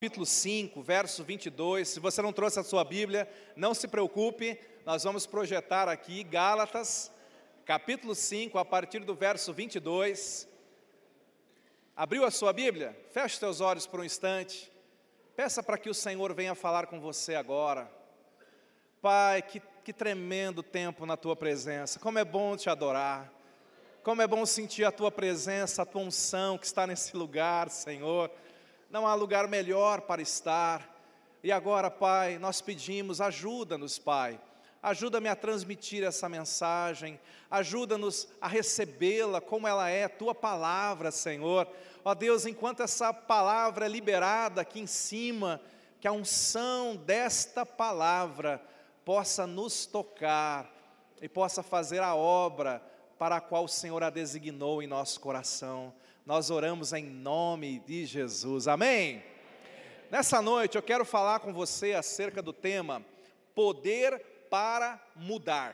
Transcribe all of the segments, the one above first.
Capítulo 5, verso 22, se você não trouxe a sua Bíblia, não se preocupe, nós vamos projetar aqui Gálatas, capítulo 5, a partir do verso 22. Abriu a sua Bíblia? Feche seus olhos por um instante, peça para que o Senhor venha falar com você agora. Pai, que tremendo tempo na Tua presença, como é bom te adorar, como é bom sentir a Tua presença, a Tua unção que está nesse lugar, Senhor. Não há lugar melhor para estar. E agora, Pai, nós pedimos, ajuda-nos, Pai. Ajuda-me a transmitir essa mensagem. Ajuda-nos a recebê-la como ela é, Tua palavra, Senhor. Ó Deus, enquanto essa palavra é liberada aqui em cima, que a unção desta palavra possa nos tocar e possa fazer a obra para a qual o Senhor a designou em nosso coração. Nós oramos em nome de Jesus, amém? Nessa noite eu quero falar com você acerca do tema poder para mudar.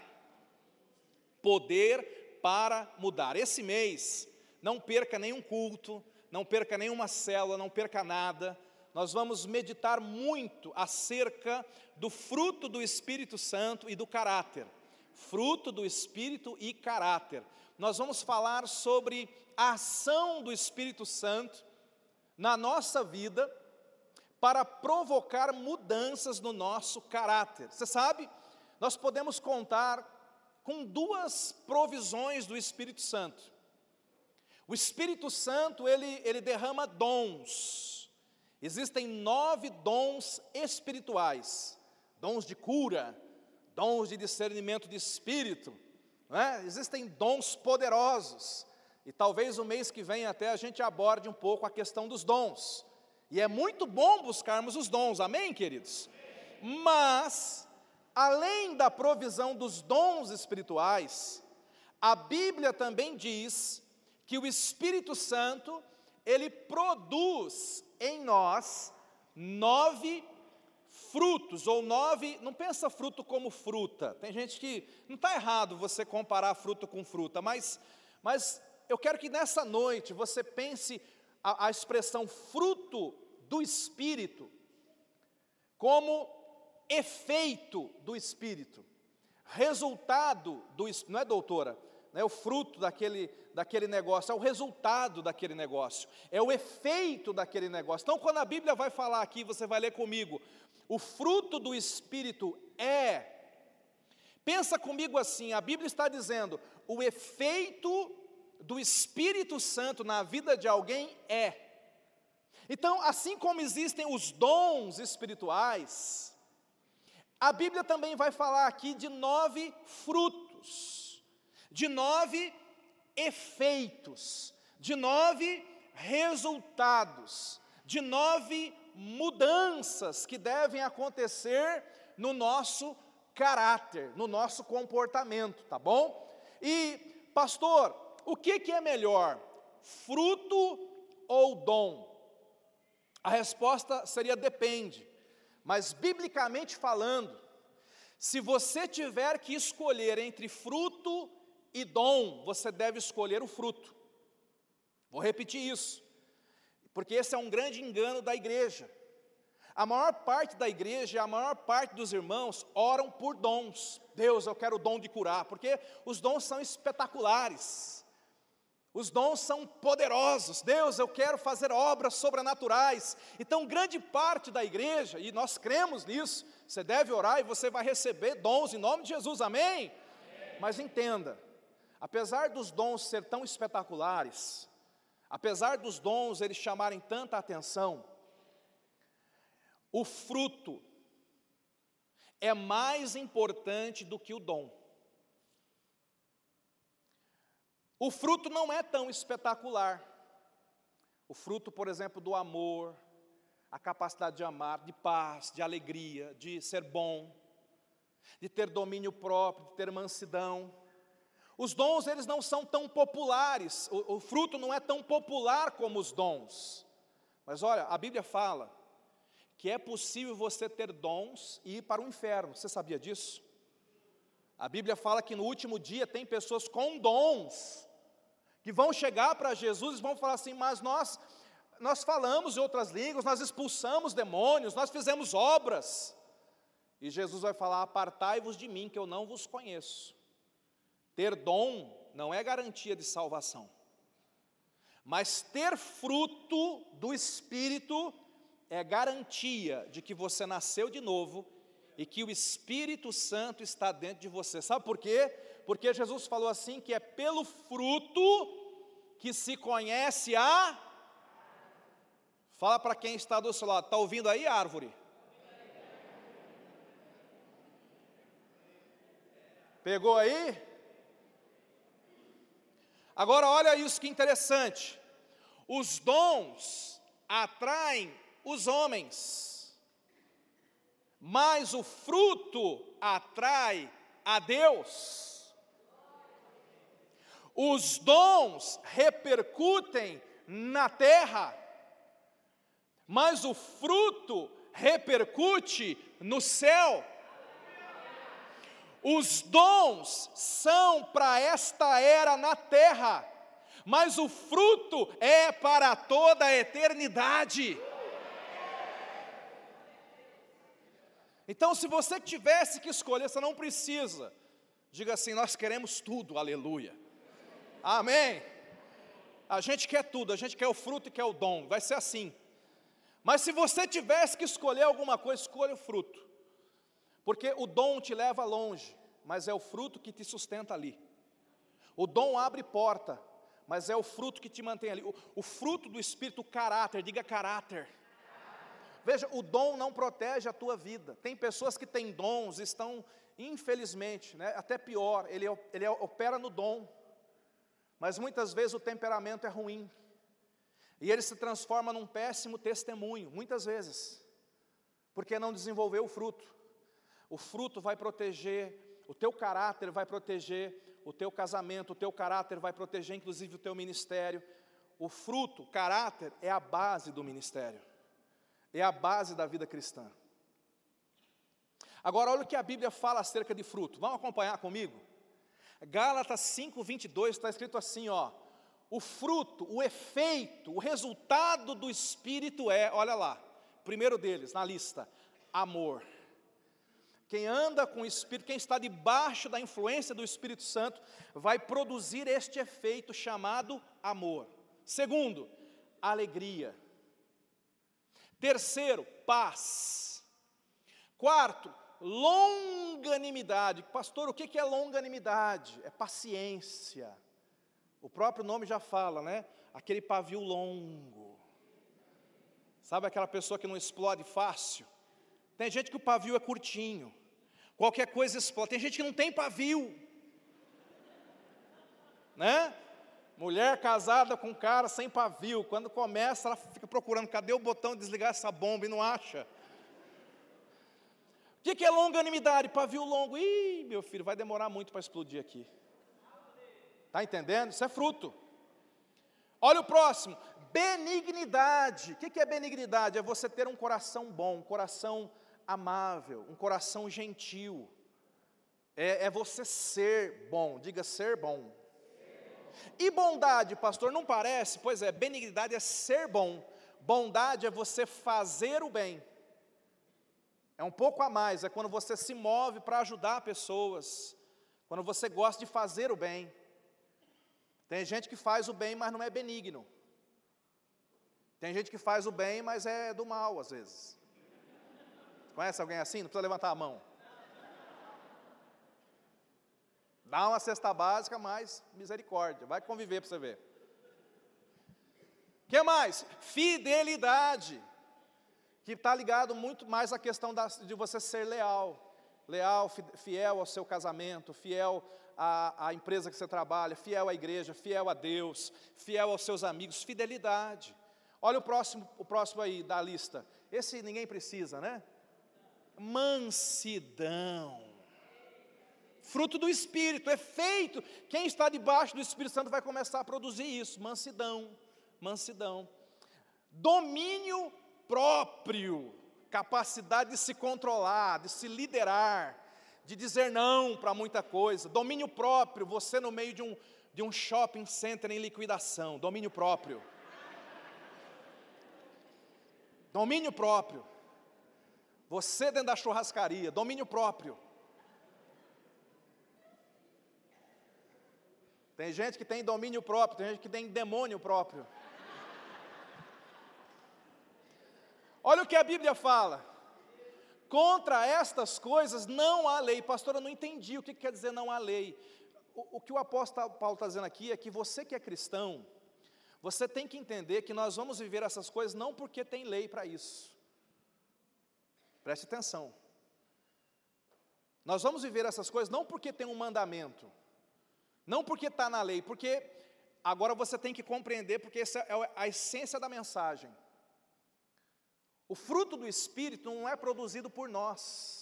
Poder para mudar. Esse mês, não perca nenhum culto, não perca nenhuma célula, não perca nada. Nós vamos meditar muito acerca do fruto do Espírito Santo e do caráter. Fruto do Espírito e caráter. Nós vamos falar sobre a ação do Espírito Santo na nossa vida para provocar mudanças no nosso caráter. Você sabe, nós podemos contar com duas provisões do Espírito Santo. O Espírito Santo, ele derrama dons. Existem 9 dons espirituais. Dons de cura, dons de discernimento de espírito, né? Existem dons poderosos, e talvez o mês que vem até a gente aborde um pouco a questão dos dons, e é muito bom buscarmos os dons, amém, queridos? Mas, além da provisão dos dons espirituais, a Bíblia também diz que o Espírito Santo, ele produz em nós 9 frutos, ou 9, não pensa fruto como fruta, tem gente que, não está errado você comparar fruto com fruta, mas eu quero que nessa noite você pense a expressão fruto do Espírito, como efeito do Espírito, resultado do Espírito, não é doutora? Não é o fruto daquele negócio, é o resultado daquele negócio, é o efeito daquele negócio. Então, quando a Bíblia vai falar aqui, você vai ler comigo, o fruto do Espírito pensa comigo assim, a Bíblia está dizendo, o efeito do Espírito Santo na vida de alguém Então, assim como existem os dons espirituais, a Bíblia também vai falar aqui de 9 frutos, de 9 efeitos, de 9 resultados, de 9 mudanças que devem acontecer no nosso caráter, no nosso comportamento, tá bom? E, pastor, o que é melhor, fruto ou dom? A resposta seria depende, mas biblicamente falando, se você tiver que escolher entre fruto e dom, você deve escolher o fruto. Vou repetir isso, porque esse é um grande engano da igreja. A maior parte da igreja, a maior parte dos irmãos oram por dons. Deus, eu quero o dom de curar, porque os dons são espetaculares. Os dons são poderosos. Deus, eu quero fazer obras sobrenaturais. Então, grande parte da igreja, e nós cremos nisso, você deve orar e você vai receber dons em nome de Jesus, amém? Amém. Mas entenda, apesar dos dons ser tão espetaculares, apesar dos dons eles chamarem tanta atenção, o fruto é mais importante do que o dom. O fruto não é tão espetacular. O fruto, por exemplo, do amor, a capacidade de amar, de paz, de alegria, de ser bom, de ter domínio próprio, de ter mansidão. Os dons, eles não são tão populares, o fruto não é tão popular como os dons. Mas olha, a Bíblia fala que é possível você ter dons e ir para o inferno. Você sabia disso? A Bíblia fala que no último dia tem pessoas com dons que vão chegar para Jesus e vão falar assim, mas nós nós falamos em outras línguas, nós expulsamos demônios, nós fizemos obras. E Jesus vai falar: apartai-vos de mim, que eu não vos conheço. Ter dom não é garantia de salvação, mas ter fruto do Espírito é garantia de que você nasceu de novo e que o Espírito Santo está dentro de você. Sabe por quê? Porque Jesus falou assim, que é pelo fruto que se conhece a... Fala para quem está do seu lado: está ouvindo aí, árvore? Pegou aí? Agora olha isso que interessante. Os dons atraem os homens, mas o fruto atrai a Deus. Os dons repercutem na terra, mas o fruto repercute no céu. Os dons são para esta era na terra, mas o fruto é para toda a eternidade. Então, se você tivesse que escolher, você não precisa. Diga assim: nós queremos tudo, aleluia. Amém. A gente quer tudo, a gente quer o fruto e quer o dom, vai ser assim. Mas se você tivesse que escolher alguma coisa, escolha o fruto. Porque o dom te leva longe, mas é o fruto que te sustenta ali. O dom abre porta, mas é o fruto que te mantém ali. O fruto do Espírito, o caráter, diga caráter. Veja, o dom não protege a tua vida. Tem pessoas que têm dons, estão, infelizmente, né, até pior, ele opera no dom, mas muitas vezes o temperamento é ruim, e ele se transforma num péssimo testemunho, muitas vezes, porque não desenvolveu o fruto. O fruto vai proteger, o teu caráter vai proteger o teu casamento, o teu caráter vai proteger inclusive o teu ministério. O fruto, o caráter, é a base do ministério, é a base da vida cristã. Agora olha o que a Bíblia fala acerca de fruto, vamos acompanhar comigo? Gálatas 5:22 está escrito assim, ó: o fruto, o efeito, o resultado do Espírito é, olha lá, primeiro deles na lista, amor. Quem anda com o Espírito, quem está debaixo da influência do Espírito Santo, vai produzir este efeito chamado amor. Segundo, alegria. Terceiro, paz. Quarto, longanimidade. Pastor, o que é longanimidade? É paciência. O próprio nome já fala, né? Aquele pavio longo. Sabe aquela pessoa que não explode fácil? Tem gente que o pavio é curtinho, qualquer coisa explode. Tem gente que não tem pavio, né? Mulher casada com um cara sem pavio, quando começa ela fica procurando, cadê o botão de desligar essa bomba e não acha. O que é longanimidade? Pavio longo. Ih, meu filho, vai demorar muito para explodir aqui. Está entendendo? Isso é fruto. Olha o próximo, benignidade. O que é benignidade? É você ter um coração bom, um coração amável, um coração gentil. É você ser bom, diga ser bom. E bondade, pastor, não parece? Pois é, benignidade é ser bom. Bondade é você fazer o bem. É um pouco a mais, é quando você se move para ajudar pessoas, quando você gosta de fazer o bem. Tem gente que faz o bem, mas não é benigno. Tem gente que faz o bem, mas é do mal, às vezes. Conhece alguém assim? Não precisa levantar a mão. Dá uma cesta básica, mas misericórdia. Vai conviver para você ver. O que mais? Fidelidade. Que está ligado muito mais à questão de você ser leal. Leal, fiel ao seu casamento, fiel à empresa que você trabalha, fiel à igreja, fiel a Deus, fiel aos seus amigos, fidelidade. Olha o próximo aí da lista. Esse ninguém precisa, né? Mansidão. Fruto do Espírito, efeito. Quem está debaixo do Espírito Santo vai começar a produzir isso. Mansidão, mansidão. Domínio próprio. Capacidade de se controlar, de se liderar, de dizer não para muita coisa. Domínio próprio, você no meio de um shopping center em liquidação. Domínio próprio. Domínio próprio. Você dentro da churrascaria, domínio próprio. Tem gente que tem domínio próprio, tem gente que tem demônio próprio. Olha o que a Bíblia fala. Contra estas coisas não há lei. Pastor, eu não entendi o que quer dizer não há lei. O que o apóstolo Paulo está dizendo aqui é que você que é cristão, você tem que entender que nós vamos viver essas coisas não porque tem lei para isso. Preste atenção. Nós vamos viver essas coisas não porque tem um mandamento, não porque está na lei, porque agora você tem que compreender, porque essa é a essência da mensagem. O fruto do Espírito não é produzido por nós.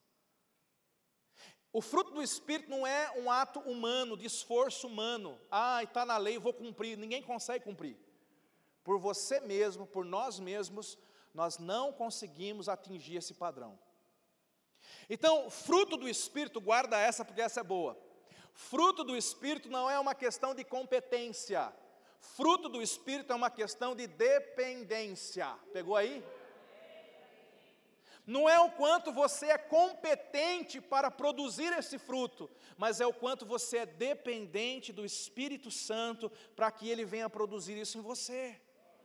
O fruto do Espírito não é um ato humano, de esforço humano. Está na lei, vou cumprir. Ninguém consegue cumprir. Por você mesmo, por nós mesmos, nós não conseguimos atingir esse padrão. Então, fruto do Espírito, guarda essa porque essa é boa. Fruto do Espírito não é uma questão de competência. Fruto do Espírito é uma questão de dependência. Pegou aí? Não é o quanto você é competente para produzir esse fruto, mas é o quanto você é dependente do Espírito Santo para que Ele venha produzir isso em você.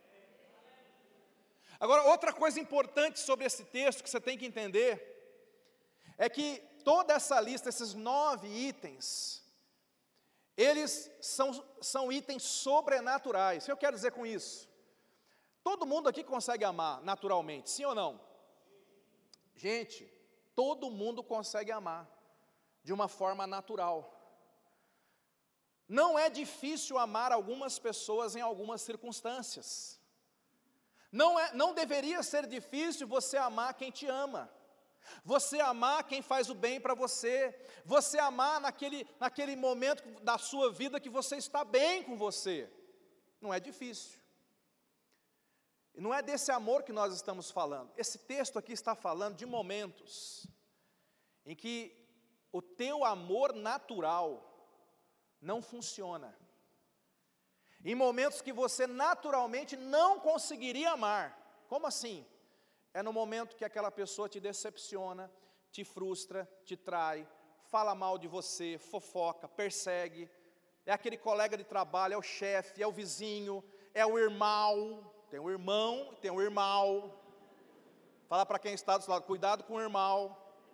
Agora, outra coisa importante sobre esse texto que você tem que entender, é que toda essa lista, esses 9 itens, eles são itens sobrenaturais. O que eu quero dizer com isso? Todo mundo aqui consegue amar naturalmente, sim ou não? Gente, todo mundo consegue amar de uma forma natural. Não é difícil amar algumas pessoas em algumas circunstâncias. Não deveria ser difícil você amar quem te ama. Você amar quem faz o bem para você. Você amar naquele momento da sua vida que você está bem com você. Não é difícil. E não é desse amor que nós estamos falando. Esse texto aqui está falando de momentos em que o teu amor natural não funciona. Em momentos que você naturalmente não conseguiria amar. Como assim? É no momento que aquela pessoa te decepciona, te frustra, te trai, fala mal de você, fofoca, persegue. É aquele colega de trabalho, é o chefe, é o vizinho, é o irmão. Tem um irmão e tem um irmão. Fala para quem está do seu lado, cuidado com o irmão.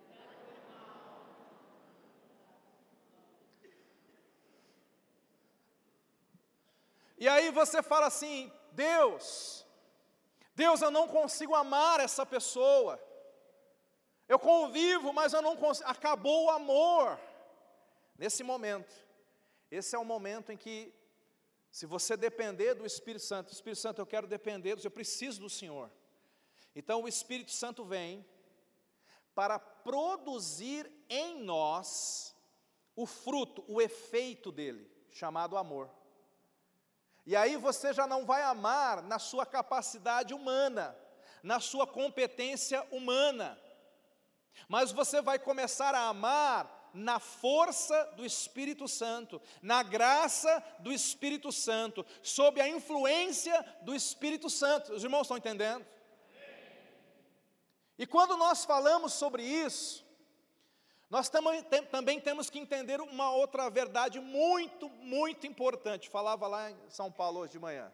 E aí você fala assim, Deus, eu não consigo amar essa pessoa. Eu convivo, mas eu não consigo, acabou o amor. Nesse momento, esse é o momento em que, se você depender do Espírito Santo, eu quero depender, eu preciso do Senhor. Então o Espírito Santo vem para produzir em nós o fruto, o efeito dele, chamado amor. E aí você já não vai amar na sua capacidade humana, na sua competência humana, mas você vai começar a amar na força do Espírito Santo, na graça do Espírito Santo, sob a influência do Espírito Santo. Os irmãos estão entendendo? E quando nós falamos sobre isso, nós também temos que entender uma outra verdade muito, muito importante. Falava lá em São Paulo hoje de manhã.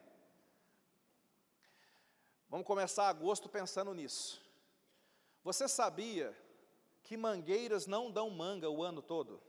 Vamos começar agosto pensando nisso. Você sabia que mangueiras não dão manga o ano todo?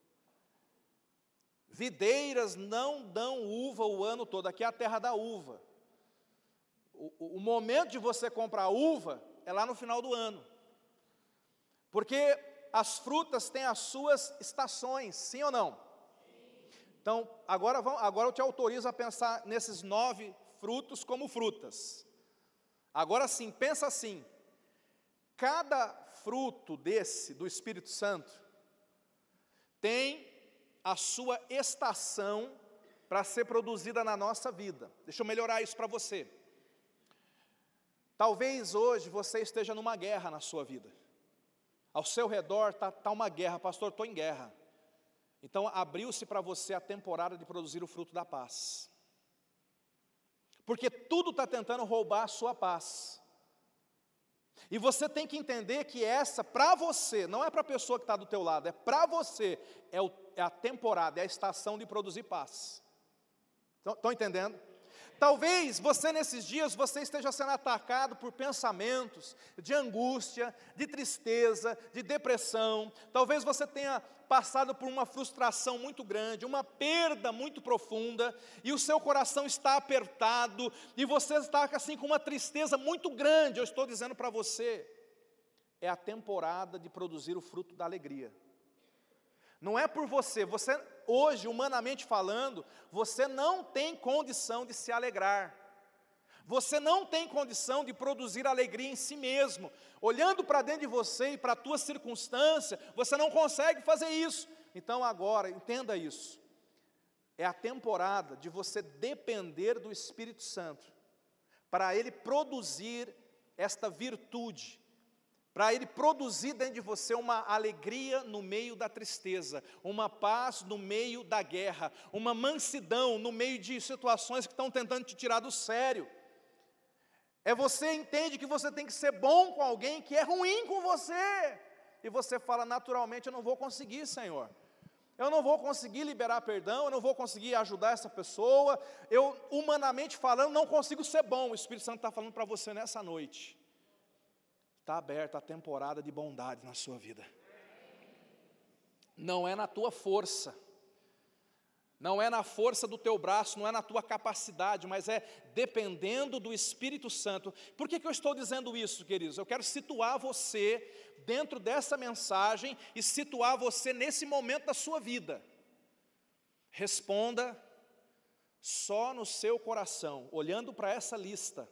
Videiras não dão uva o ano todo. Aqui é a terra da uva. O momento de você comprar uva é lá no final do ano. Porque as frutas têm as suas estações, sim ou não? Então, agora eu te autorizo a pensar nesses 9 frutos como frutas. Agora sim, pensa assim. Cada fruto do Espírito Santo tem a sua estação para ser produzida na nossa vida. Deixa eu melhorar isso para você. Talvez hoje você esteja numa guerra na sua vida. Ao seu redor está uma guerra. Pastor, estou em guerra. Então abriu-se para você a temporada de produzir o fruto da paz. Porque tudo está tentando roubar a sua paz. E você tem que entender que essa, para você, não é para a pessoa que está do teu lado, é para você, é a temporada, é a estação de produzir paz. Estão entendendo? Talvez você nesses dias, você esteja sendo atacado por pensamentos de angústia, de tristeza, de depressão. Talvez você tenha passado por uma frustração muito grande, uma perda muito profunda, e o seu coração está apertado, e você está assim com uma tristeza muito grande. Eu estou dizendo para você, é a temporada de produzir o fruto da alegria. Não é por você hoje, humanamente falando, você não tem condição de se alegrar. Você não tem condição de produzir alegria em si mesmo. Olhando para dentro de você e para a tua circunstância, você não consegue fazer isso. Então agora, entenda isso. É a temporada de você depender do Espírito Santo, para Ele produzir esta virtude, para Ele produzir dentro de você uma alegria no meio da tristeza, uma paz no meio da guerra, uma mansidão no meio de situações que estão tentando te tirar do sério. Você entende que você tem que ser bom com alguém que é ruim com você, e você fala naturalmente, eu não vou conseguir, Senhor. Eu não vou conseguir liberar perdão, eu não vou conseguir ajudar essa pessoa, eu, humanamente falando, não consigo ser bom. O Espírito Santo está falando para você nessa noite. Está aberta a temporada de bondade na sua vida. Não é na tua força, não é na força do teu braço, não é na tua capacidade, mas é dependendo do Espírito Santo. Por que eu estou dizendo isso, queridos? Eu quero situar você dentro dessa mensagem e situar você nesse momento da sua vida. Responda só no seu coração, olhando para essa lista.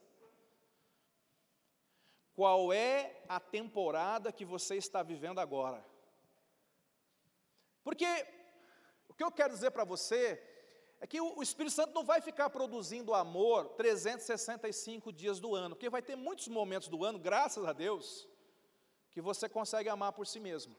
Qual é a temporada que você está vivendo agora? Porque o que eu quero dizer para você é que o Espírito Santo não vai ficar produzindo amor 365 dias do ano, porque vai ter muitos momentos do ano, graças a Deus, que você consegue amar por si mesmo.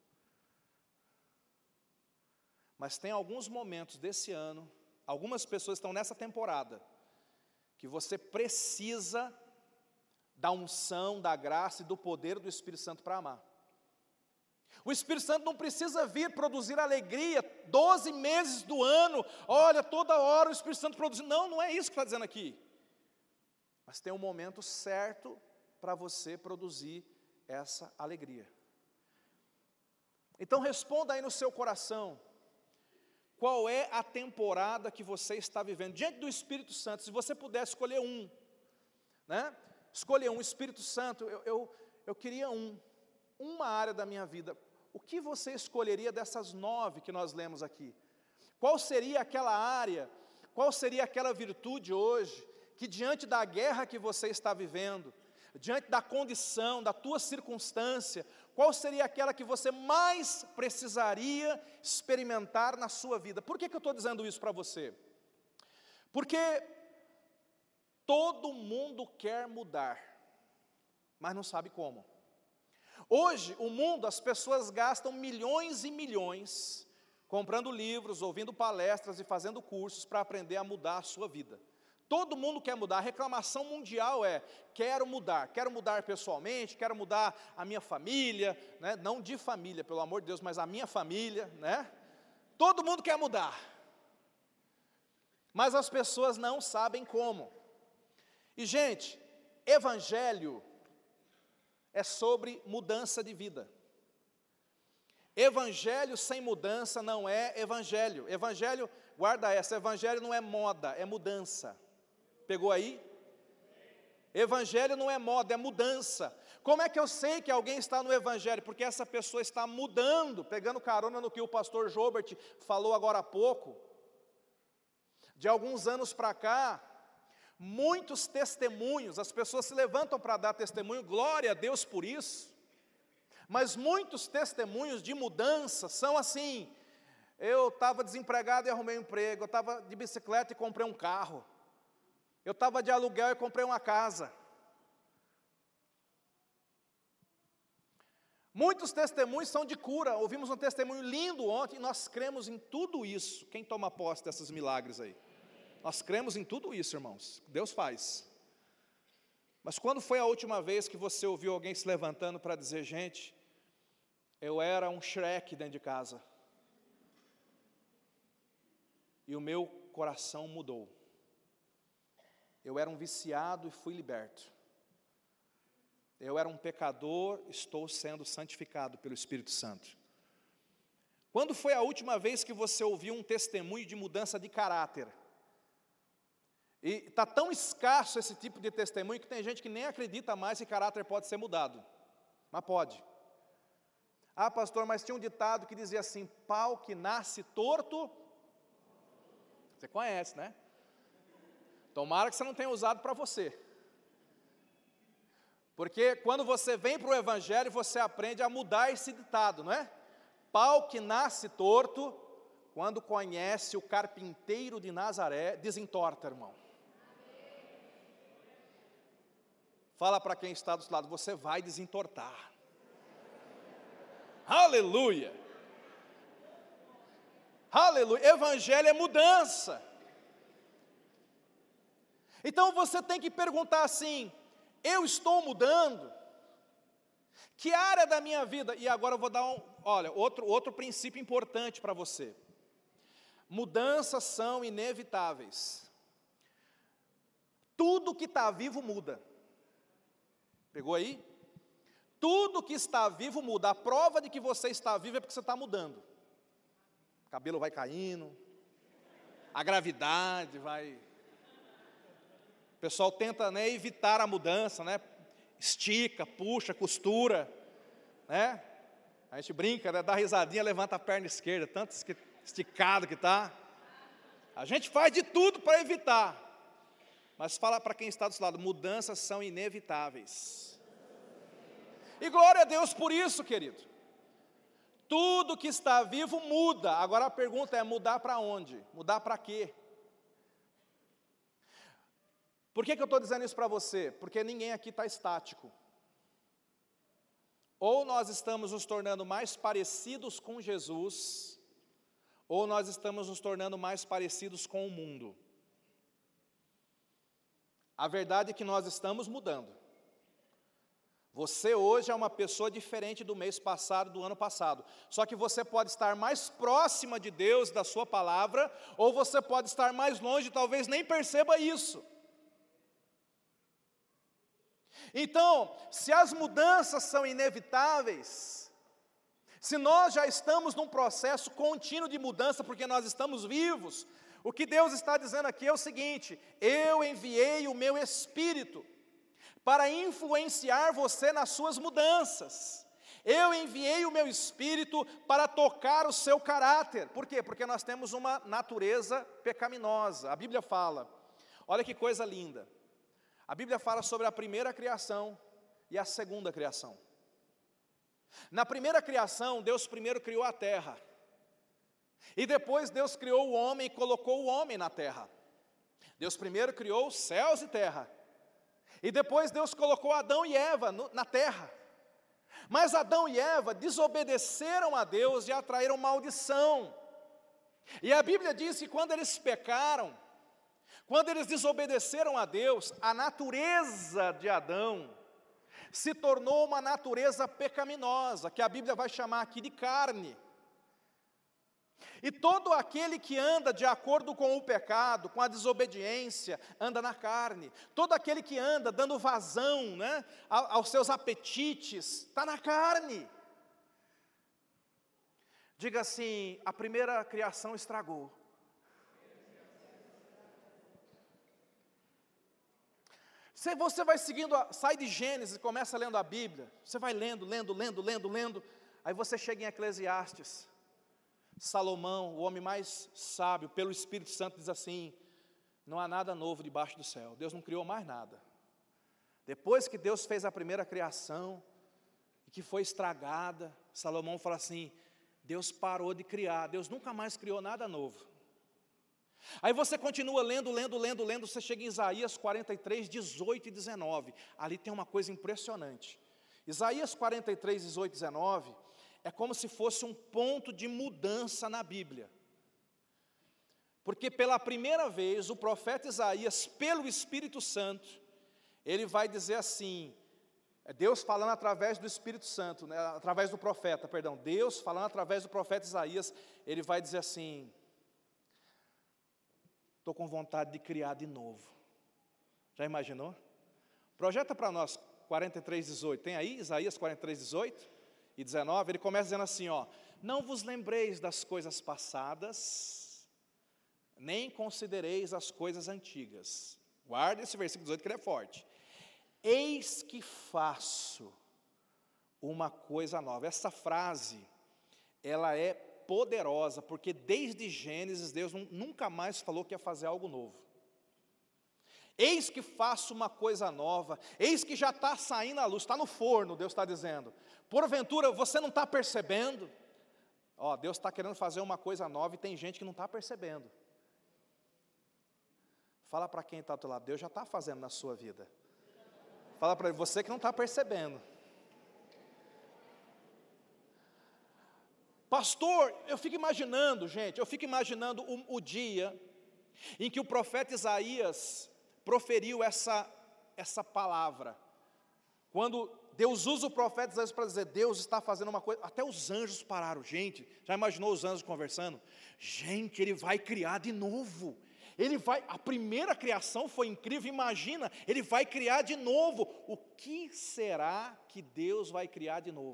Mas tem alguns momentos desse ano, algumas pessoas estão nessa temporada, que você precisa da unção, da graça e do poder do Espírito Santo para amar. O Espírito Santo não precisa vir produzir alegria 12 meses do ano, olha, toda hora o Espírito Santo produzindo. Não é isso que está dizendo aqui. Mas tem um momento certo para você produzir essa alegria. Então responda aí no seu coração, qual é a temporada que você está vivendo? Diante do Espírito Santo, se você puder escolher um, né? Escolher um, Espírito Santo, eu queria uma área da minha vida. O que você escolheria dessas 9 que nós lemos aqui? Qual seria aquela área, qual seria aquela virtude hoje, que diante da guerra que você está vivendo, diante da condição, da tua circunstância, qual seria aquela que você mais precisaria experimentar na sua vida? Por que eu estou dizendo isso para você? Porque todo mundo quer mudar, mas não sabe como. Hoje, o mundo, as pessoas gastam milhões e milhões comprando livros, ouvindo palestras e fazendo cursos para aprender a mudar a sua vida. Todo mundo quer mudar. A reclamação mundial é, quero mudar pessoalmente, quero mudar a minha família, né? Não de família, pelo amor de Deus, mas a minha família, né? Todo mundo quer mudar, mas as pessoas não sabem como. E gente, evangelho é sobre mudança de vida. Evangelho sem mudança não é evangelho. Evangelho, guarda essa, evangelho não é moda, é mudança. Pegou aí? Evangelho não é moda, é mudança. Como é que eu sei que alguém está no evangelho? Porque essa pessoa está mudando, pegando carona no que o pastor Jobert falou agora há pouco. De alguns anos para cá, muitos testemunhos, as pessoas se levantam para dar testemunho, glória a Deus por isso, mas muitos testemunhos de mudança são assim, eu estava desempregado e arrumei um emprego, eu estava de bicicleta e comprei um carro, eu estava de aluguel e comprei uma casa. Muitos testemunhos são de cura, ouvimos um testemunho lindo ontem, e nós cremos em tudo isso. Quem toma posse desses milagres aí? Nós cremos em tudo isso, irmãos, Deus faz. Mas quando foi a última vez que você ouviu alguém se levantando para dizer: gente, eu era um Shrek dentro de casa, e o meu coração mudou. Eu era um viciado e fui liberto. Eu era um pecador, estou sendo santificado pelo Espírito Santo. Quando foi a última vez que você ouviu um testemunho de mudança de caráter? E está tão escasso esse tipo de testemunho que tem gente que nem acredita mais que caráter pode ser mudado. Mas pode. Ah, pastor, mas tinha um ditado que dizia assim: pau que nasce torto. Você conhece, né? Tomara que você não tenha usado para você. Porque quando você vem para o Evangelho, você aprende a mudar esse ditado, não é? Pau que nasce torto, quando conhece o carpinteiro de Nazaré, desentorta, irmão. Fala para quem está do seu lado: você vai desentortar. Aleluia! Aleluia! Evangelho é mudança. Então você tem que perguntar assim: eu estou mudando? Que área da minha vida? E agora eu vou dar outro princípio importante para você. Mudanças são inevitáveis. Tudo que está vivo muda. Pegou aí? Tudo que está vivo muda. A prova de que você está vivo é porque você está mudando. O cabelo vai caindo, a gravidade vai... O pessoal tenta, né, evitar a mudança, né? Estica, puxa, costura, né? A gente brinca, né, dá risadinha, levanta a perna esquerda, tanto esticado que está. A gente faz de tudo para evitar. Mas fala para quem está do seu lado: mudanças são inevitáveis. E glória a Deus por isso, querido. Tudo que está vivo muda. Agora a pergunta é: mudar para onde? Mudar para quê? Por que eu estou dizendo isso para você? Porque ninguém aqui está estático. Ou nós estamos nos tornando mais parecidos com Jesus, ou nós estamos nos tornando mais parecidos com o mundo. A verdade é que nós estamos mudando. Você hoje é uma pessoa diferente do mês passado, do ano passado. Só que você pode estar mais próxima de Deus, da sua palavra, ou você pode estar mais longe e talvez nem perceba isso. Então, se as mudanças são inevitáveis, se nós já estamos num processo contínuo de mudança, porque nós estamos vivos, o que Deus está dizendo aqui é o seguinte: eu enviei o meu Espírito para influenciar você nas suas mudanças. Eu enviei o meu Espírito para tocar o seu caráter. Por quê? Porque nós temos uma natureza pecaminosa. A Bíblia fala, olha que coisa linda. A Bíblia fala sobre a primeira criação e a segunda criação. Na primeira criação, Deus primeiro criou a terra. E depois Deus criou o homem e colocou o homem na terra. Deus primeiro criou os céus e terra. E depois Deus colocou Adão e Eva na terra. Mas Adão e Eva desobedeceram a Deus e atraíram maldição. E a Bíblia diz que quando eles pecaram, quando eles desobedeceram a Deus, a natureza de Adão se tornou uma natureza pecaminosa, que a Bíblia vai chamar aqui de carne. E todo aquele que anda de acordo com o pecado, com a desobediência, anda na carne. Todo aquele que anda dando vazão, né, aos seus apetites, está na carne. Diga assim: a primeira criação estragou. Se você vai seguindo, sai de Gênesis e começa lendo a Bíblia, você vai lendo, aí você chega em Eclesiastes. Salomão, o homem mais sábio, pelo Espírito Santo, diz assim: não há nada novo debaixo do céu. Deus não criou mais nada. Depois que Deus fez a primeira criação, e que foi estragada, Salomão fala assim: Deus parou de criar, Deus nunca mais criou nada novo. Aí você continua lendo, você chega em Isaías 43, 18 e 19. Ali tem uma coisa impressionante. Isaías 43, 18 e 19 é como se fosse um ponto de mudança na Bíblia. Porque pela primeira vez o profeta Isaías, pelo Espírito Santo, ele vai dizer assim, Deus falando através do Espírito Santo, né, através do profeta, perdão, Deus falando através do profeta Isaías, ele vai dizer assim, estou com vontade de criar de novo. Já imaginou? Projeta para nós 43:18, tem aí Isaías 43:18 e 19, ele começa dizendo assim, ó, não vos lembreis das coisas passadas, nem considereis as coisas antigas. Guarda esse versículo 18 que ele é forte. Eis que faço uma coisa nova. Essa frase, ela é poderosa, porque desde Gênesis, Deus nunca mais falou que ia fazer algo novo. Eis que faço uma coisa nova, eis que já está saindo a luz, está no forno, Deus está dizendo. Porventura, você não está percebendo? Ó, Deus está querendo fazer uma coisa nova e tem gente que não está percebendo. Fala para quem está do lado, Deus já está fazendo na sua vida. Fala para ele, você que não está percebendo. Pastor, eu fico imaginando, gente, o dia em que o profeta Isaías proferiu essa palavra. Quando Deus usa o profeta Isaías para dizer, Deus está fazendo uma coisa, até os anjos pararam, gente, já imaginou os anjos conversando? Gente, ele vai criar de novo. A primeira criação foi incrível, imagina, ele vai criar de novo. O que será que Deus vai criar de novo?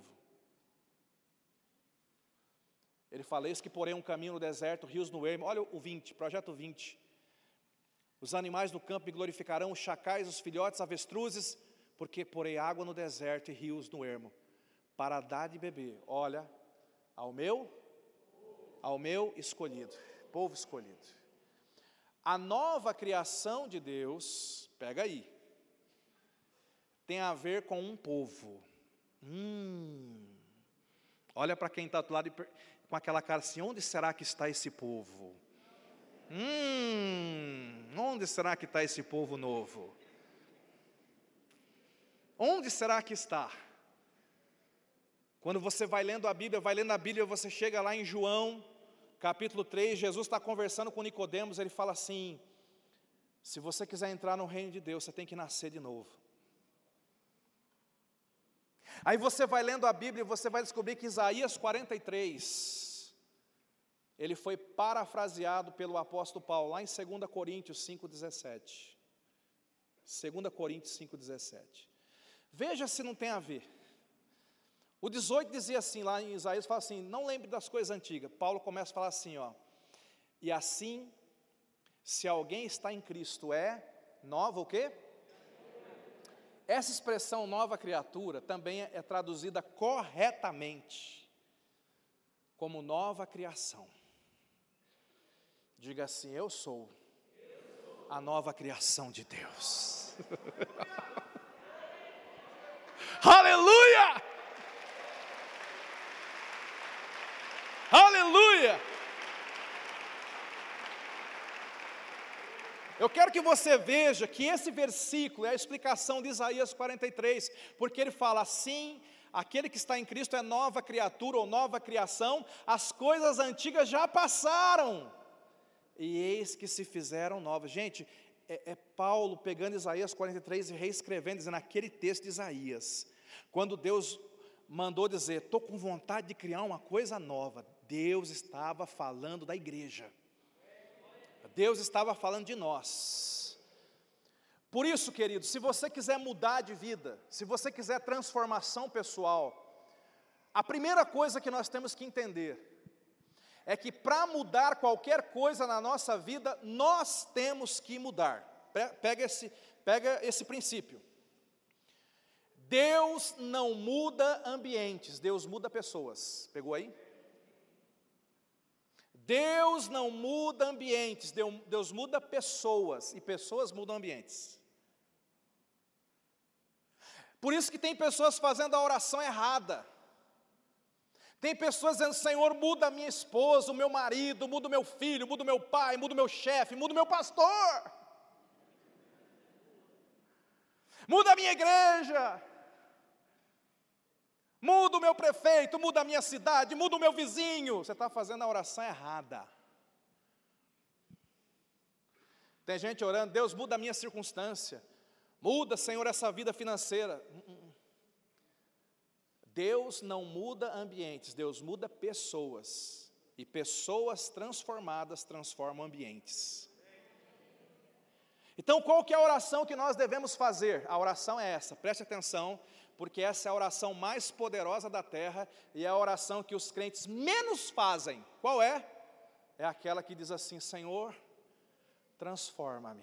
Ele fala, eis que porém um caminho no deserto, rios no ermo. Olha o 20, projeto 20. Os animais do campo me glorificarão, os chacais, os filhotes, avestruzes, porque porei água no deserto e rios no ermo, para dar de beber, olha, ao meu escolhido, povo escolhido. A nova criação de Deus, pega aí, tem a ver com um povo. Olha para quem está do lado com aquela cara assim, onde será que está esse povo? Onde será que está esse povo novo? Onde será que está? Quando você vai lendo a Bíblia, você chega lá em João, capítulo 3, Jesus está conversando com Nicodemos, ele fala assim, se você quiser entrar no reino de Deus, você tem que nascer de novo. Aí você vai lendo a Bíblia e você vai descobrir que Isaías 43, ele foi parafraseado pelo apóstolo Paulo, lá em 2 Coríntios 5,17. 2 Coríntios 5,17. Veja se não tem a ver. O 18 dizia assim, lá em Isaías, fala assim, não lembre das coisas antigas. Paulo começa a falar assim, ó, e assim, se alguém está em Cristo, é nova o quê? Essa expressão nova criatura também é traduzida corretamente como nova criação. Diga assim, eu sou a nova criação de Deus. Aleluia! Aleluia! Eu quero que você veja que esse versículo é a explicação de Isaías 43, porque ele fala assim, aquele que está em Cristo é nova criatura ou nova criação, as coisas antigas já passaram, e eis que se fizeram novas. Gente, é Paulo pegando Isaías 43 e reescrevendo, dizendo aquele texto de Isaías, quando Deus mandou dizer, estou com vontade de criar uma coisa nova, Deus estava falando da igreja, Deus estava falando de nós. Por isso, querido, se você quiser mudar de vida, se você quiser transformação pessoal, a primeira coisa que nós temos que entender é que para mudar qualquer coisa na nossa vida, nós temos que mudar. Pega esse princípio. Deus não muda ambientes, Deus muda pessoas. Pegou aí? Deus não muda ambientes, Deus muda pessoas, e pessoas mudam ambientes. Por isso que tem pessoas fazendo a oração errada. Tem pessoas dizendo, Senhor, muda a minha esposa, o meu marido, muda o meu filho, muda o meu pai, muda o meu chefe, muda o meu pastor. Muda a minha igreja. Muda o meu prefeito, muda a minha cidade, muda o meu vizinho. Você está fazendo a oração errada. Tem gente orando, Deus muda a minha circunstância, Muda, Senhor, essa vida financeira. Deus não muda ambientes, Deus muda pessoas. E pessoas transformadas transformam ambientes. Então, qual que é a oração que nós devemos fazer? A oração é essa, preste atenção, porque essa é a oração mais poderosa da terra e é a oração que os crentes menos fazem. Qual é? É aquela que diz assim: Senhor, transforma-me.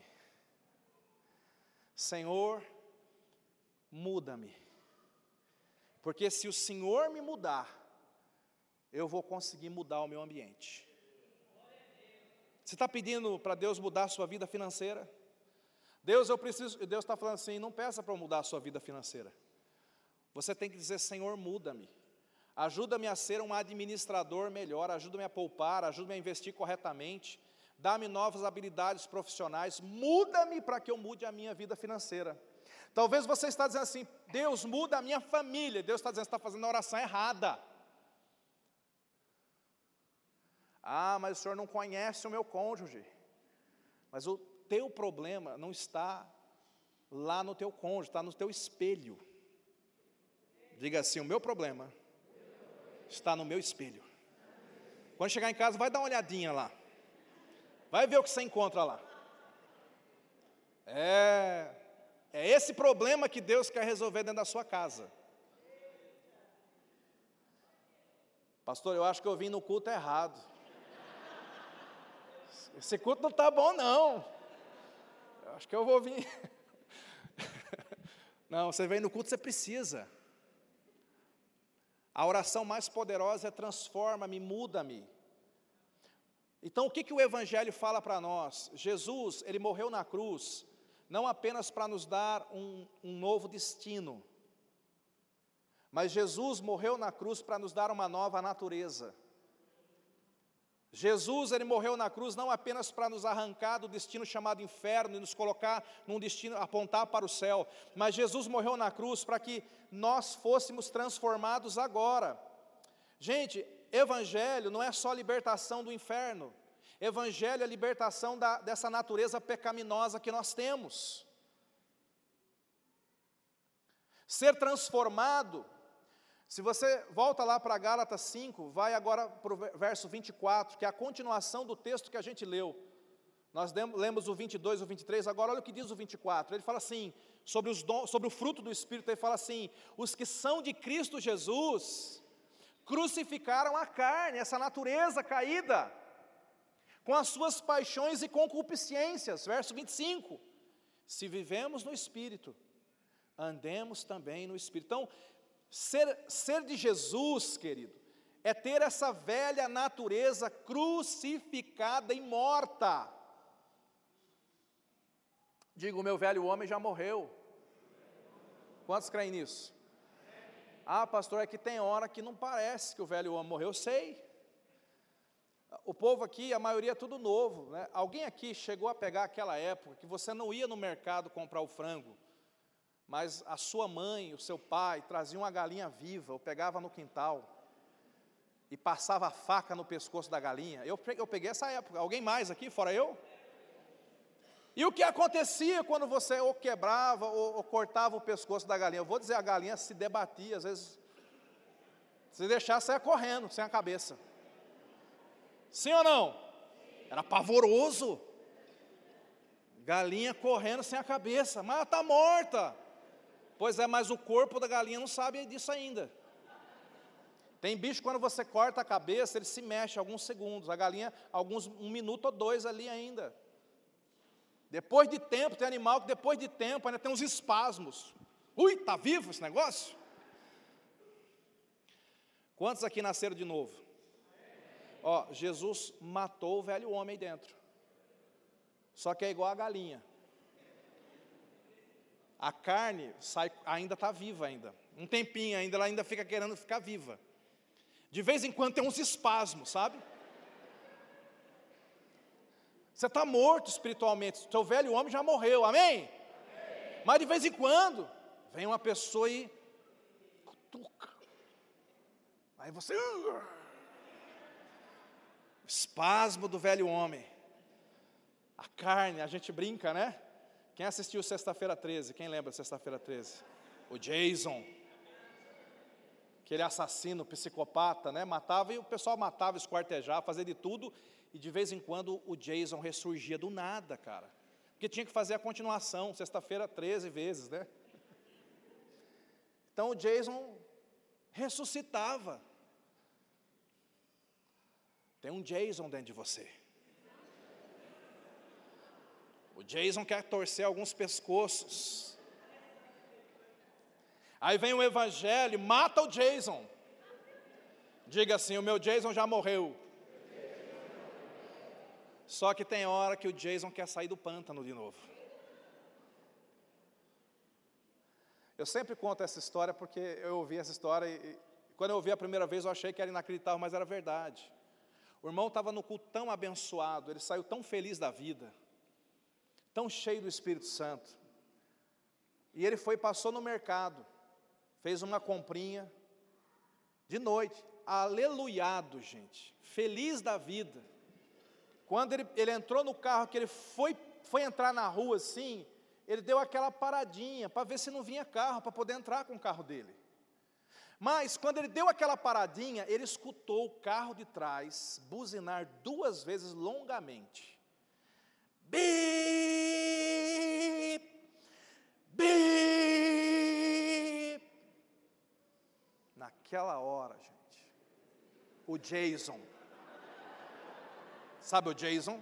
Senhor, muda-me. Porque se o Senhor me mudar, eu vou conseguir mudar o meu ambiente. Você está pedindo para Deus mudar a sua vida financeira? Deus está falando assim: não peça para eu mudar a sua vida financeira. Você tem que dizer: Senhor, muda-me. Ajuda-me a ser um administrador melhor, ajuda-me a poupar, ajuda-me a investir corretamente, dá-me novas habilidades profissionais, muda-me para que eu mude a minha vida financeira. Talvez você está dizendo assim: Deus, muda a minha família. Deus está dizendo: você está fazendo a oração errada. Ah, mas o senhor não conhece o meu cônjuge. Mas o teu problema não está lá no teu cônjuge, está no teu espelho. Diga assim: o meu problema está no meu espelho. Quando chegar em casa, vai dar uma olhadinha lá. Vai ver o que você encontra lá. É esse problema que Deus quer resolver dentro da sua casa. Pastor, eu acho que eu vim no culto errado. Esse culto não está bom, não. Eu acho que eu vou vir. Não, você vem no culto, você precisa. A oração mais poderosa é: transforma-me, muda-me. Então, o que o Evangelho fala para nós? Jesus, Ele morreu na cruz, não apenas para nos dar um novo destino, mas Jesus morreu na cruz para nos dar uma nova natureza. Jesus, Ele morreu na cruz não apenas para nos arrancar do destino chamado inferno e nos colocar num destino, apontar para o céu, mas Jesus morreu na cruz para que nós fôssemos transformados agora. Gente, Evangelho não é só libertação do inferno, Evangelho é libertação dessa natureza pecaminosa que nós temos. Ser transformado. Se você volta lá para Gálatas 5, vai agora para o verso 24, que é a continuação do texto que a gente leu. Nós lemos o 22 e o 23, agora olha o que diz o 24. Ele fala assim, sobre o fruto do Espírito, ele fala assim: os que são de Cristo Jesus, crucificaram a carne, essa natureza caída, com as suas paixões e concupiscências. Verso 25, se vivemos no Espírito, andemos também no Espírito. Então, ser de Jesus, querido, é ter essa velha natureza crucificada e morta. Digo, o meu velho homem já morreu. Quantos creem nisso? Ah, pastor, é que tem hora que não parece que o velho homem morreu. Eu sei. O povo aqui, a maioria é tudo novo, né? Alguém aqui chegou a pegar aquela época que você não ia no mercado comprar o frango, mas a sua mãe, o seu pai, traziam uma galinha viva, ou pegava no quintal, e passava a faca no pescoço da galinha. Eu peguei essa época. Alguém mais aqui, fora eu? E o que acontecia quando você ou quebrava, ou cortava o pescoço da galinha? Eu vou dizer, a galinha se debatia, às vezes, se deixar, saia correndo, sem a cabeça. Sim ou não? Era pavoroso. Galinha correndo sem a cabeça, mas ela está morta. Pois é, mas o corpo da galinha não sabe disso ainda. Tem bicho, quando você corta a cabeça, ele se mexe alguns segundos. A galinha, um minuto ou dois ali ainda. Depois de tempo, tem animal que depois de tempo ainda tem uns espasmos. Ui, está vivo esse negócio? Quantos aqui nasceram de novo? Ó, Jesus matou o velho homem aí dentro. Só que é igual a galinha. A carne ainda está viva ainda. Um tempinho ainda, ela ainda fica querendo ficar viva. De vez em quando tem uns espasmos, sabe? Você está morto espiritualmente. Seu velho homem já morreu, amém? Mas de vez em quando, vem uma pessoa e cutuca. Aí você... espasmo do velho homem. A carne, a gente brinca, né? Quem assistiu Sexta-feira 13? Quem lembra de Sexta-feira 13? O Jason, aquele assassino, psicopata, né? Matava, e o pessoal matava, esquartejava, fazia de tudo, e de vez em quando o Jason ressurgia do nada, cara. Porque tinha que fazer a continuação, Sexta-feira 13 vezes, né? Então o Jason ressuscitava. Tem um Jason dentro de você. O Jason quer torcer alguns pescoços. Aí vem o evangelho, mata o Jason. Diga assim: o meu Jason já morreu. Só que tem hora que o Jason quer sair do pântano de novo. Eu sempre conto essa história porque eu ouvi essa história e quando eu ouvi a primeira vez eu achei que era inacreditável, mas era verdade. O irmão estava no culto tão abençoado, ele saiu tão feliz da vida, tão cheio do Espírito Santo. E ele passou no mercado, fez uma comprinha, de noite, aleluiado, gente, feliz da vida. Quando ele entrou no carro, que ele foi entrar na rua assim, ele deu aquela paradinha, para ver se não vinha carro, para poder entrar com o carro dele. Mas, quando ele deu aquela paradinha, ele escutou o carro de trás buzinar 2 vezes longamente. Bip! Bip! Naquela hora, gente, o Jason, sabe o Jason?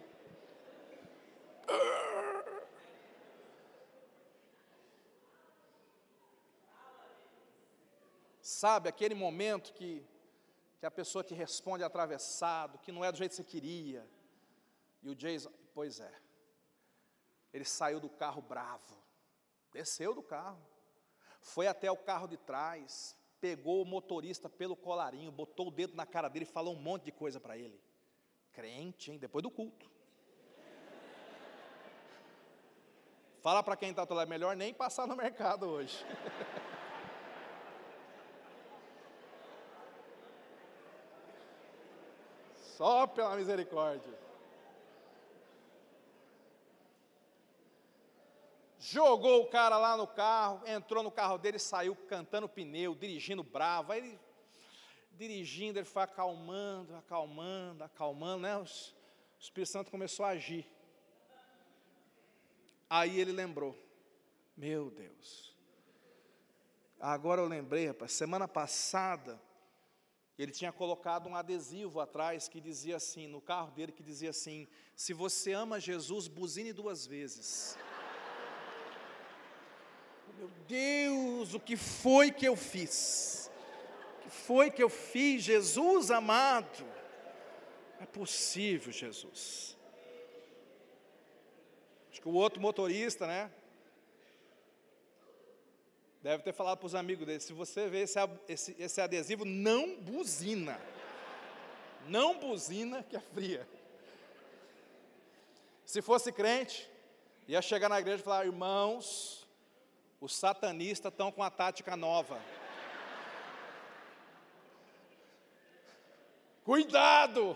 Sabe aquele momento que a pessoa te responde atravessado, que não é do jeito que você queria. E o Jason, pois é, ele saiu do carro bravo, desceu do carro, foi até o carro de trás, pegou o motorista pelo colarinho, botou o dedo na cara dele e falou um monte de coisa para ele. Crente, hein? Depois do culto. Fala para quem está lá, melhor nem passar no mercado hoje. Só pela misericórdia. Jogou o cara lá no carro, entrou no carro dele, saiu cantando pneu, dirigindo bravo. Aí ele, dirigindo, ele foi acalmando, né? O Espírito Santo começou a agir. Aí ele lembrou, meu Deus, agora eu lembrei, rapaz, semana passada, ele tinha colocado um adesivo atrás que dizia assim, no carro dele, que dizia assim: se você ama Jesus, buzine 2 vezes. Meu Deus, o que foi que eu fiz? O que foi que eu fiz, Jesus amado? Não é possível, Jesus. Acho que o outro motorista, né? Deve ter falado para os amigos dele: se você vê esse adesivo, não buzina. Não buzina que é fria. Se fosse crente, ia chegar na igreja e falar: irmãos, os satanistas estão com a tática nova. Cuidado!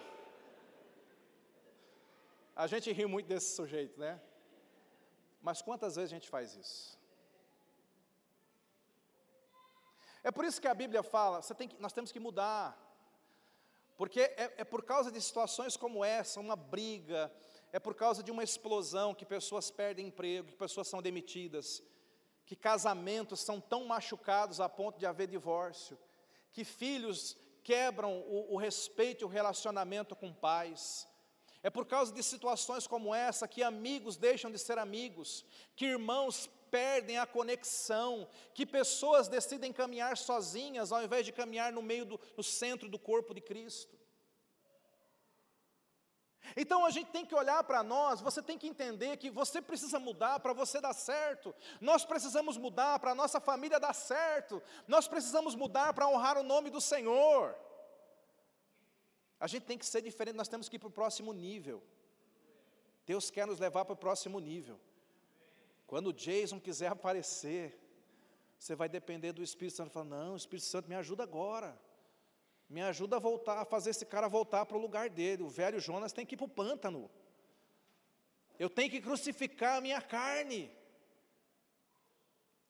A gente ri muito desse sujeito, né? Mas quantas vezes a gente faz isso? É por isso que a Bíblia fala, nós temos que mudar. Porque é por causa de situações como essa, uma briga, é por causa de uma explosão que pessoas perdem emprego, que pessoas são demitidas, que casamentos são tão machucados a ponto de haver divórcio, que filhos quebram o respeito e o relacionamento com pais. É por causa de situações como essa que amigos deixam de ser amigos, que irmãos perdem a conexão, que pessoas decidem caminhar sozinhas ao invés de caminhar no centro do corpo de Cristo. Então a gente tem que olhar para nós, você tem que entender que você precisa mudar para você dar certo, nós precisamos mudar para a nossa família dar certo, nós precisamos mudar para honrar o nome do Senhor. A gente tem que ser diferente, nós temos que ir para o próximo nível. Deus quer nos levar para o próximo nível. Quando o Jason quiser aparecer, você vai depender do Espírito Santo. Fala: não, o Espírito Santo me ajuda agora. Me ajuda a voltar, a fazer esse cara voltar para o lugar dele. O velho Jonas tem que ir para o pântano. Eu tenho que crucificar a minha carne.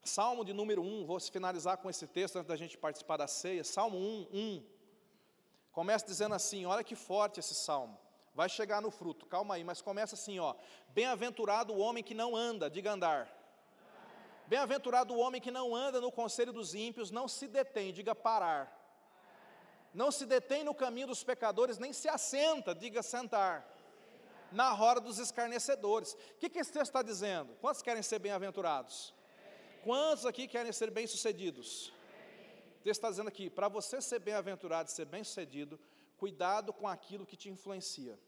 Salmo de número 1, vou finalizar com esse texto antes da gente participar da ceia. Salmo 1. Começa dizendo assim, olha que forte esse salmo. Vai chegar no fruto, calma aí, mas começa assim, ó. Bem-aventurado o homem que não anda, diga andar. Bem-aventurado o homem que não anda no conselho dos ímpios, não se detém, diga parar. Não se detém no caminho dos pecadores, nem se assenta, diga sentar. Na roda dos escarnecedores. O que esse texto está dizendo? Quantos querem ser bem-aventurados? Quantos aqui querem ser bem-sucedidos? O texto está dizendo aqui, para você ser bem-aventurado, ser bem-sucedido, cuidado com aquilo que te influencia.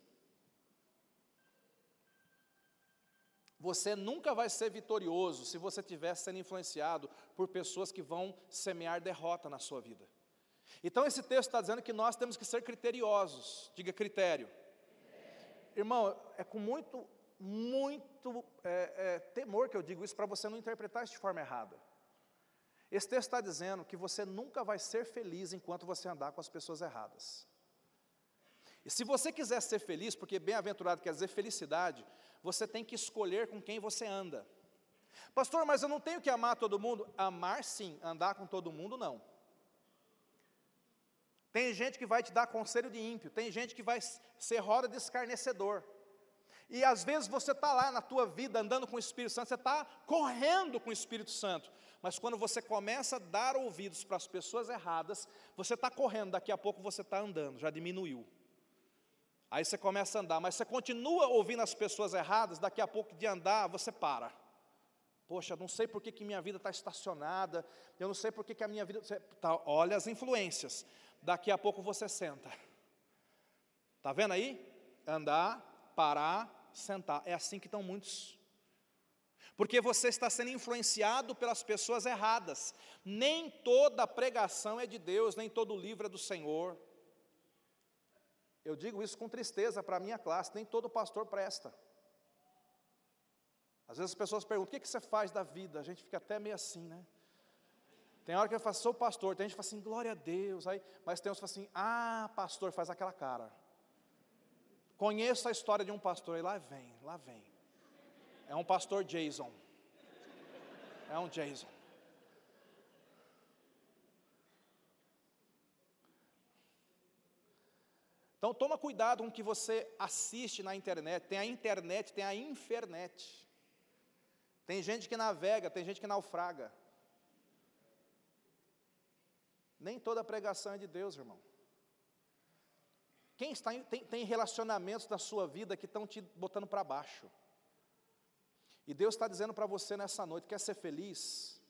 Você nunca vai ser vitorioso se você estiver sendo influenciado por pessoas que vão semear derrota na sua vida. Então esse texto está dizendo que nós temos que ser criteriosos, diga critério. Irmão, é com muito temor que eu digo isso, para você não interpretar isso de forma errada. Esse texto está dizendo que você nunca vai ser feliz enquanto você andar com as pessoas erradas. E se você quiser ser feliz, porque bem-aventurado quer dizer felicidade, você tem que escolher com quem você anda. Pastor, mas eu não tenho que amar todo mundo? Amar sim, andar com todo mundo não. Tem gente que vai te dar conselho de ímpio, tem gente que vai ser roda de escarnecedor. E às vezes você está lá na tua vida andando com o Espírito Santo, você está correndo com o Espírito Santo. Mas quando você começa a dar ouvidos para as pessoas erradas, você está correndo, daqui a pouco você está andando, já diminuiu. Aí você começa a andar, mas você continua ouvindo as pessoas erradas, daqui a pouco de andar você para. Poxa, não sei por que minha vida está estacionada, eu não sei por que a minha vida... olha as influências, daqui a pouco você senta. Está vendo aí? Andar, parar, sentar. É assim que estão muitos. Porque você está sendo influenciado pelas pessoas erradas. Nem toda pregação é de Deus, nem todo livro é do Senhor. Eu digo isso com tristeza para a minha classe, nem todo pastor presta. Às vezes as pessoas perguntam, o que você faz da vida? A gente fica até meio assim, né? Tem hora que eu falo, sou pastor, tem gente que fala assim, glória a Deus, aí, mas tem uns que falam assim, pastor, faz aquela cara. Conheço a história de um pastor, e lá vem. É um pastor Jason. É um Jason. Então toma cuidado com o que você assiste na internet. Tem a internet, tem a infernet. Tem gente que navega, tem gente que naufraga. Nem toda pregação é de Deus, irmão. Quem está tem relacionamentos na sua vida que estão te botando para baixo. E Deus está dizendo para você nessa noite, quer ser feliz?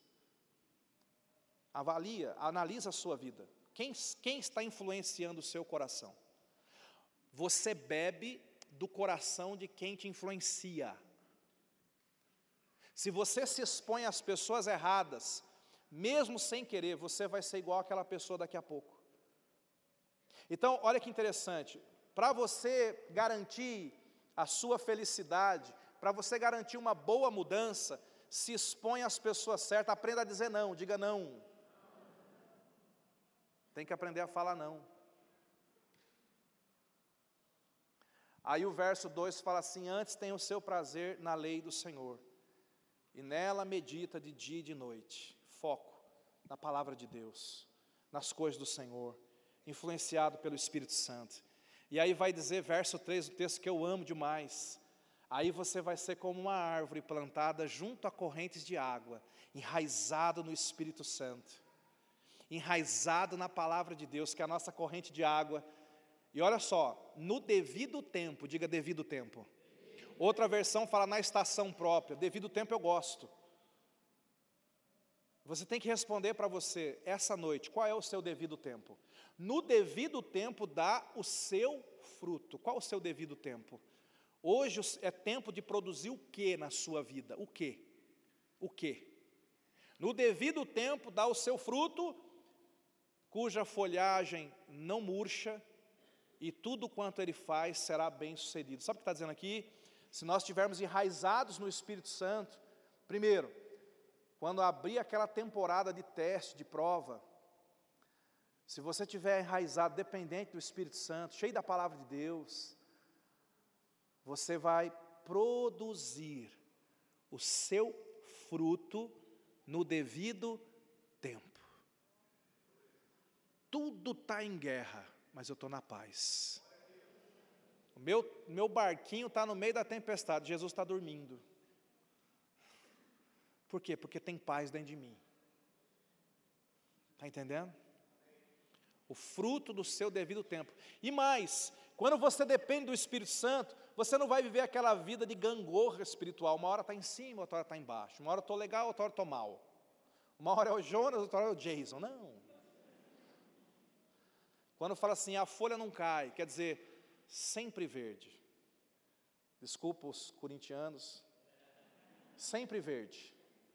Analisa a sua vida. Quem está influenciando o seu coração? Você bebe do coração de quem te influencia. Se você se expõe às pessoas erradas, mesmo sem querer, você vai ser igual àquela pessoa daqui a pouco. Então, olha que interessante, para você garantir a sua felicidade, para você garantir uma boa mudança, se expõe às pessoas certas, aprenda a dizer não, diga não. Tem que aprender a falar não. Aí o verso 2 fala assim, antes tenha o seu prazer na lei do Senhor, e nela medita de dia e de noite. Foco na palavra de Deus, nas coisas do Senhor, influenciado pelo Espírito Santo. E aí vai dizer, verso 3, o texto que eu amo demais, aí você vai ser como uma árvore plantada junto a correntes de água, enraizado no Espírito Santo, enraizado na palavra de Deus, que é a nossa corrente de água. E olha só, no devido tempo, diga devido tempo. Outra versão fala na estação própria, devido tempo eu gosto. Você tem que responder para você, essa noite, qual é o seu devido tempo? No devido tempo dá o seu fruto. Qual o seu devido tempo? Hoje é tempo de produzir o que na sua vida? O que? O que? No devido tempo dá o seu fruto, cuja folhagem não murcha, e tudo quanto ele faz será bem sucedido. Sabe o que está dizendo aqui? Se nós estivermos enraizados no Espírito Santo, primeiro, quando abrir aquela temporada de teste, de prova, se você estiver enraizado, dependente do Espírito Santo, cheio da palavra de Deus, você vai produzir o seu fruto no devido tempo. Tudo está em guerra, mas eu estou na paz. O meu barquinho está no meio da tempestade, Jesus está dormindo. Por quê? Porque tem paz dentro de mim. Está entendendo? O fruto do seu devido tempo. E mais, quando você depende do Espírito Santo, você não vai viver aquela vida de gangorra espiritual. Uma hora está em cima, outra hora está embaixo. Uma hora estou legal, outra hora estou mal. Uma hora é o Jonas, outra hora é o Jason. Não. Quando fala assim, a folha não cai, quer dizer, sempre verde. Desculpa os corintianos. Sempre verde.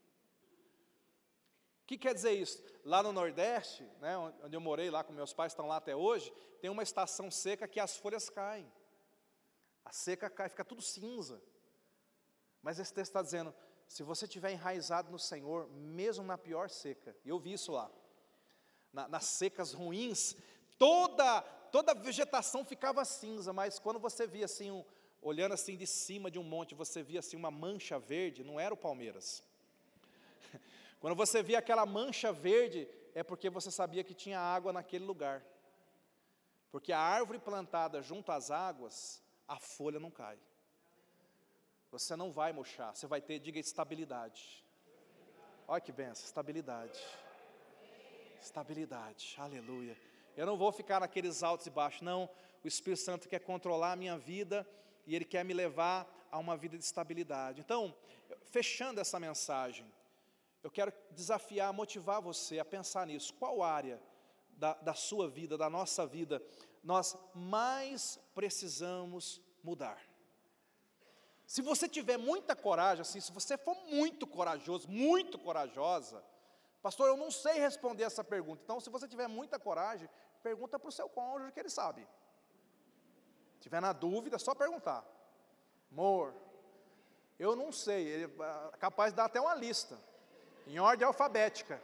O que quer dizer isso? Lá no Nordeste, né, onde eu morei, lá com meus pais, estão lá até hoje, tem uma estação seca que as folhas caem. A seca cai, fica tudo cinza. Mas esse texto está dizendo, se você estiver enraizado no Senhor, mesmo na pior seca, e eu vi isso lá, nas secas ruins, toda a vegetação ficava cinza, mas quando você via assim, olhando assim de cima de um monte, você via assim uma mancha verde, não era o Palmeiras. Quando você via aquela mancha verde, é porque você sabia que tinha água naquele lugar. Porque a árvore plantada junto às águas, a folha não cai. Você não vai murchar, você vai ter, diga, estabilidade. Olha que benção, estabilidade. Estabilidade, aleluia. Eu não vou ficar naqueles altos e baixos, não. O Espírito Santo quer controlar a minha vida e Ele quer me levar a uma vida de estabilidade. Então, fechando essa mensagem, eu quero desafiar, motivar você a pensar nisso. Qual área da sua vida, da nossa vida, nós mais precisamos mudar? Se você tiver muita coragem, assim, se você for muito corajoso, muito corajosa, pastor, eu não sei responder essa pergunta. Então, se você tiver muita coragem, pergunta para o seu cônjuge que ele sabe. Se tiver na dúvida, é só perguntar. Amor, eu não sei, ele é capaz de dar até uma lista, em ordem alfabética.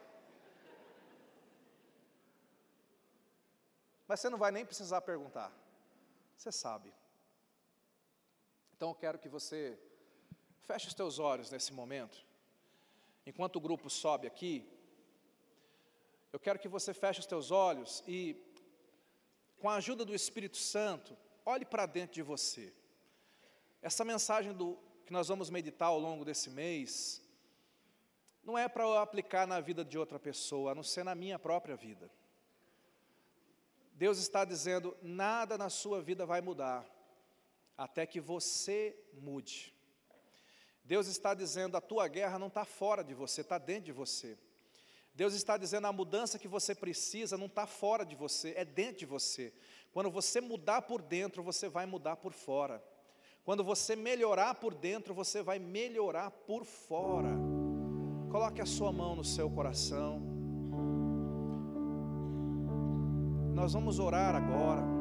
Mas você não vai nem precisar perguntar. Você sabe. Então eu quero que você feche os teus olhos nesse momento. Enquanto o grupo sobe aqui, eu quero que você feche os teus olhos e, com a ajuda do Espírito Santo, olhe para dentro de você. Essa mensagem que nós vamos meditar ao longo desse mês, não é para eu aplicar na vida de outra pessoa, a não ser na minha própria vida. Deus está dizendo, nada na sua vida vai mudar, até que você mude. Deus está dizendo, a tua guerra não está fora de você, está dentro de você. Deus está dizendo, a mudança que você precisa não está fora de você, é dentro de você. Quando você mudar por dentro, você vai mudar por fora. Quando você melhorar por dentro, você vai melhorar por fora. Coloque a sua mão no seu coração. Nós vamos orar agora.